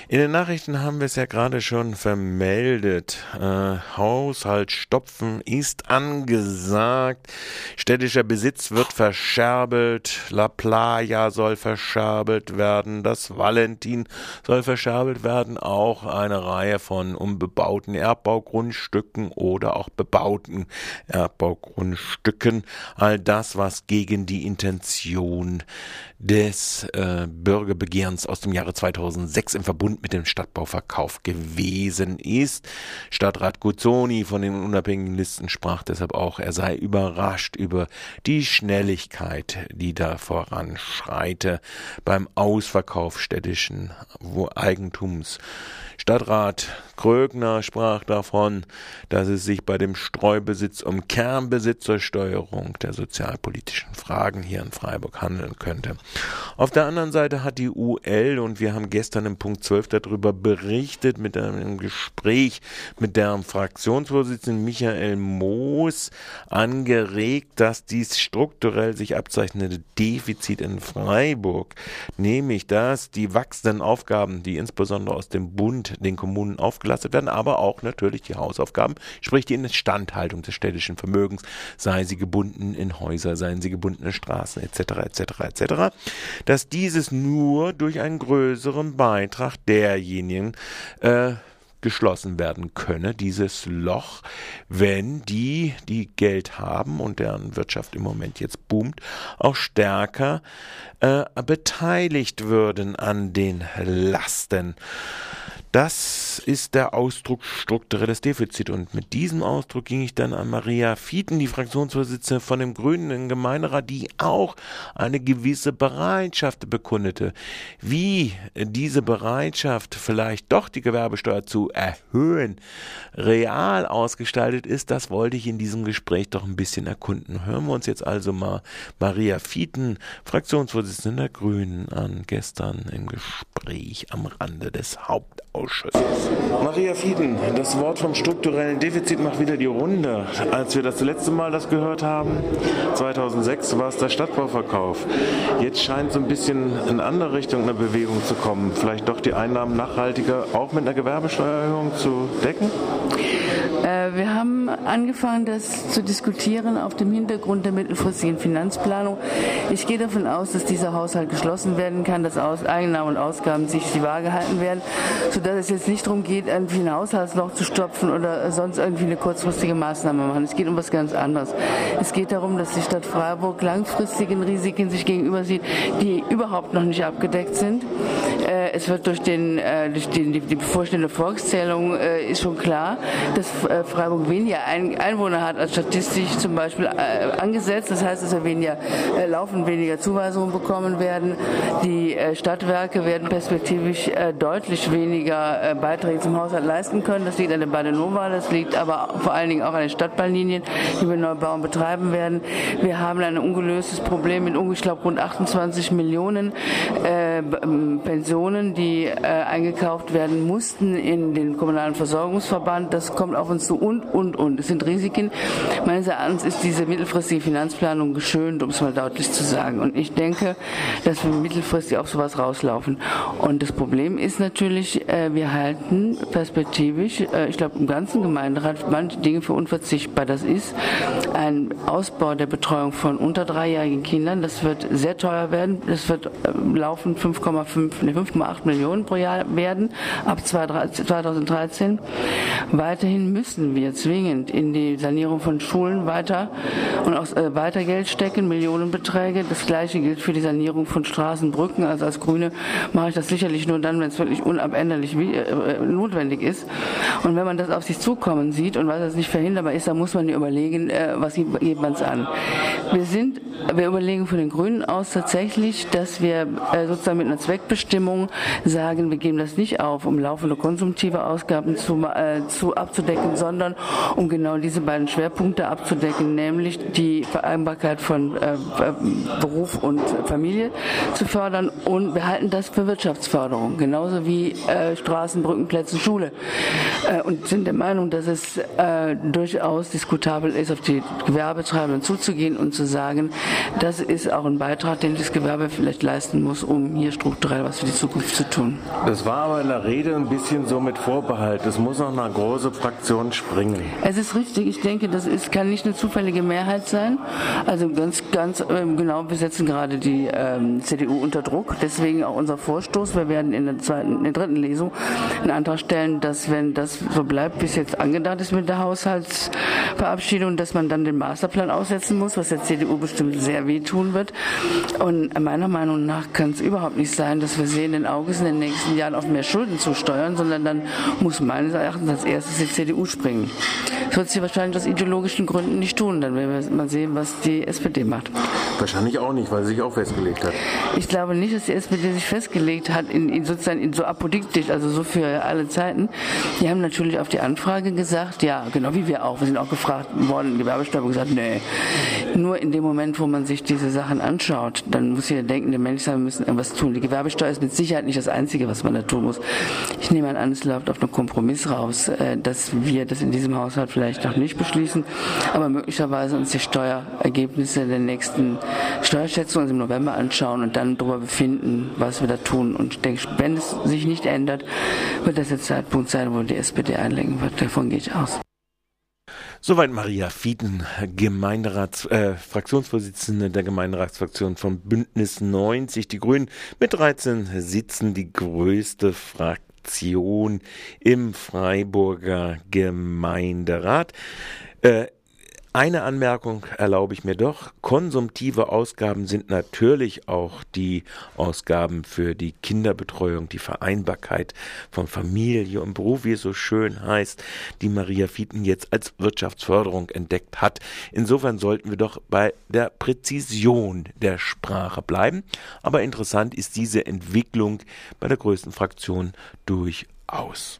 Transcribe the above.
In den Nachrichten haben wir es ja gerade schon vermeldet. Haushalt stopfen ist angesagt. Städtischer Besitz wird verscherbelt. La Playa soll verscherbelt werden. Das Valentin soll verscherbelt werden. Auch eine Reihe von unbebauten Erdbaugrundstücken oder auch bebauten Erdbaugrundstücken. All das, was gegen die Intention des Bürgerbegehrens aus dem Jahre 2006 im Verbund mit dem Stadtbauverkauf gewesen ist. Stadtrat Guzzoni von den unabhängigen Listen sprach deshalb auch, er sei überrascht über die Schnelligkeit, die da voranschreite beim Ausverkauf städtischen Eigentums. Stadtrat Krögner sprach davon, dass es sich bei dem Streubesitz um Kernbesitzersteuerung der sozialpolitischen Fragen hier in Freiburg handeln könnte. Auf der anderen Seite hat die UL, und wir haben gestern im Punkt 12 darüber berichtet, mit einem Gespräch mit deren Fraktionsvorsitzenden Michael Moos angeregt, dass dies strukturell sich abzeichnende Defizit in Freiburg, nämlich dass die wachsenden Aufgaben, die insbesondere aus dem Bund den Kommunen aufgelastet werden, aber auch natürlich die Hausaufgaben, sprich die Instandhaltung des städtischen Vermögens, sei sie gebunden in Häuser, seien sie gebunden in Straßen etc., dass dieses nur durch einen größeren Beitrag derjenigen geschlossen werden könne, dieses Loch, wenn die Geld haben und deren Wirtschaft im Moment jetzt boomt, auch stärker beteiligt würden an den Lasten. Das ist der Ausdruck strukturelles Defizit, und mit diesem Ausdruck ging ich dann an Maria Fieten, die Fraktionsvorsitzende von dem Grünen Gemeinderat, die auch eine gewisse Bereitschaft bekundete. Wie diese Bereitschaft, vielleicht doch die Gewerbesteuer zu erhöhen, real ausgestaltet ist, das wollte ich in diesem Gespräch doch ein bisschen erkunden. Hören wir uns jetzt also mal Maria Fieten, Fraktionsvorsitzende der Grünen, an, gestern im Gespräch am Rande des Hauptausschusses. Maria Fieten, das Wort vom strukturellen Defizit macht wieder die Runde. Als wir das letzte Mal das gehört haben, 2006, war es der Stadtbauverkauf. Jetzt scheint so ein bisschen in andere Richtung eine Bewegung zu kommen. Vielleicht doch die Einnahmen nachhaltiger auch mit einer Gewerbesteuererhöhung zu decken? Wir haben angefangen, das zu diskutieren auf dem Hintergrund der mittelfristigen Finanzplanung. Ich gehe davon aus, dass dieser Haushalt geschlossen werden kann, dass Einnahmen und Ausgaben sich die Waage halten werden, sodass es jetzt nicht darum geht, irgendwie ein Haushaltsloch zu stopfen oder sonst irgendwie eine kurzfristige Maßnahme machen. Es geht um was ganz anderes. Es geht darum, dass die Stadt Freiburg langfristigen Risiken sich gegenüber sieht, die überhaupt noch nicht abgedeckt sind. Es wird durch die bevorstehende Volkszählung ist schon klar, dass Freiburg weniger Einwohner hat als statistisch zum Beispiel angesetzt. Das heißt, dass wir laufend weniger Zuweisungen bekommen werden. Die Stadtwerke werden perspektivisch deutlich weniger Beiträge zum Haushalt leisten können. Das liegt an der Badenova, das liegt aber vor allen Dingen auch an den Stadtbahnlinien, die wir neu bauen, betreiben werden. Wir haben ein ungelöstes Problem mit ungefähr rund 28 Millionen Pensionen, die eingekauft werden mussten in den kommunalen Versorgungsverband. Das kommt auf uns zu und. Es sind Risiken. Meines Erachtens ist diese mittelfristige Finanzplanung geschönt, um es mal deutlich zu sagen. Und ich denke, dass wir mittelfristig auf sowas rauslaufen. Und das Problem ist natürlich, wir halten perspektivisch, ich glaube im ganzen Gemeinderat, manche Dinge für unverzichtbar. Das ist ein Ausbau der Betreuung von unter 3-jährigen Kindern. Das wird sehr teuer werden. Das wird laufend 5,8 Millionen pro Jahr werden ab 2013. Weiterhin müssen wir zwingend in die Sanierung von Schulen weiter Geld stecken, Millionenbeträge. Das Gleiche gilt für die Sanierung von Straßen, Brücken. Also als Grüne mache ich das sicherlich nur dann, wenn es wirklich unabänderlich notwendig ist. Und wenn man das auf sich zukommen sieht und weil das nicht verhinderbar ist, dann muss man überlegen, was geht man es an. Wir überlegen von den Grünen aus tatsächlich, dass wir sozusagen mit einer Zweckbestimmung sagen, wir geben das nicht auf, um laufende konsumtive Ausgaben abzudecken, sondern um genau diese beiden Schwerpunkte abzudecken, nämlich die Vereinbarkeit von Beruf und Familie zu fördern, und wir halten das für Wirtschaftsförderung, genauso wie Straßen, Brücken, Plätze, Schule, und sind der Meinung, dass es durchaus diskutabel ist, auf die Gewerbetreibenden zuzugehen und zu sagen, das ist auch ein Beitrag, den das Gewerbe vielleicht leisten muss, um hier strukturell was für die Zukunft aktiv zu tun. Das war aber in der Rede ein bisschen so mit Vorbehalt. Es muss noch eine große Fraktion springen. Es ist richtig. Ich denke, kann nicht eine zufällige Mehrheit sein. Also ganz genau, wir setzen gerade die CDU unter Druck. Deswegen auch unser Vorstoß. Wir werden in der dritten Lesung einen Antrag stellen, dass, wenn das so bleibt, wie es jetzt angedacht ist mit der Haushaltsverabschiedung, dass man dann den Masterplan aussetzen muss, was der CDU bestimmt sehr wehtun wird. Und meiner Meinung nach kann es überhaupt nicht sein, dass wir sehenden Auges in den nächsten Jahren auf mehr Schulden zusteuern, sondern dann muss meines Erachtens als erstes die CDU springen. Das wird sie wahrscheinlich aus ideologischen Gründen nicht tun. Dann werden wir mal sehen, was die SPD macht. Wahrscheinlich auch nicht, weil sie sich auch festgelegt hat. Ich glaube nicht, dass die SPD sich festgelegt hat, sozusagen in so apodiktisch, also so für alle Zeiten. Die haben natürlich auf die Anfrage gesagt, ja, genau wie wir auch. Wir sind auch gefragt worden, die Gewerbesteuer gesagt, nee. Nur in dem Moment, wo man sich diese Sachen anschaut, dann muss jeder denken, der Mensch sagen, wir müssen irgendwas tun. Die Gewerbesteuer ist mit Sicherheit nicht das Einzige, was man da tun muss. Ich nehme an, es läuft auf einen Kompromiss raus, dass wir das in diesem Haushalt vielleicht noch nicht beschließen, aber möglicherweise uns die Steuerergebnisse der nächsten Steuerschätzung im November anschauen und dann darüber befinden, was wir da tun. Und ich denke, wenn es sich nicht ändert, wird das der Zeitpunkt sein, wo die SPD einlenken wird. Davon gehe ich aus. Soweit Maria Fieten, Fraktionsvorsitzende der Gemeinderatsfraktion von Bündnis 90. Die Grünen mit 13 Sitzen, die größte Fraktion im Freiburger Gemeinderat. Eine Anmerkung erlaube ich mir doch. Konsumtive Ausgaben sind natürlich auch die Ausgaben für die Kinderbetreuung, die Vereinbarkeit von Familie und Beruf, wie es so schön heißt, die Maria Fieten jetzt als Wirtschaftsförderung entdeckt hat. Insofern sollten wir doch bei der Präzision der Sprache bleiben. Aber interessant ist diese Entwicklung bei der größten Fraktion durchaus.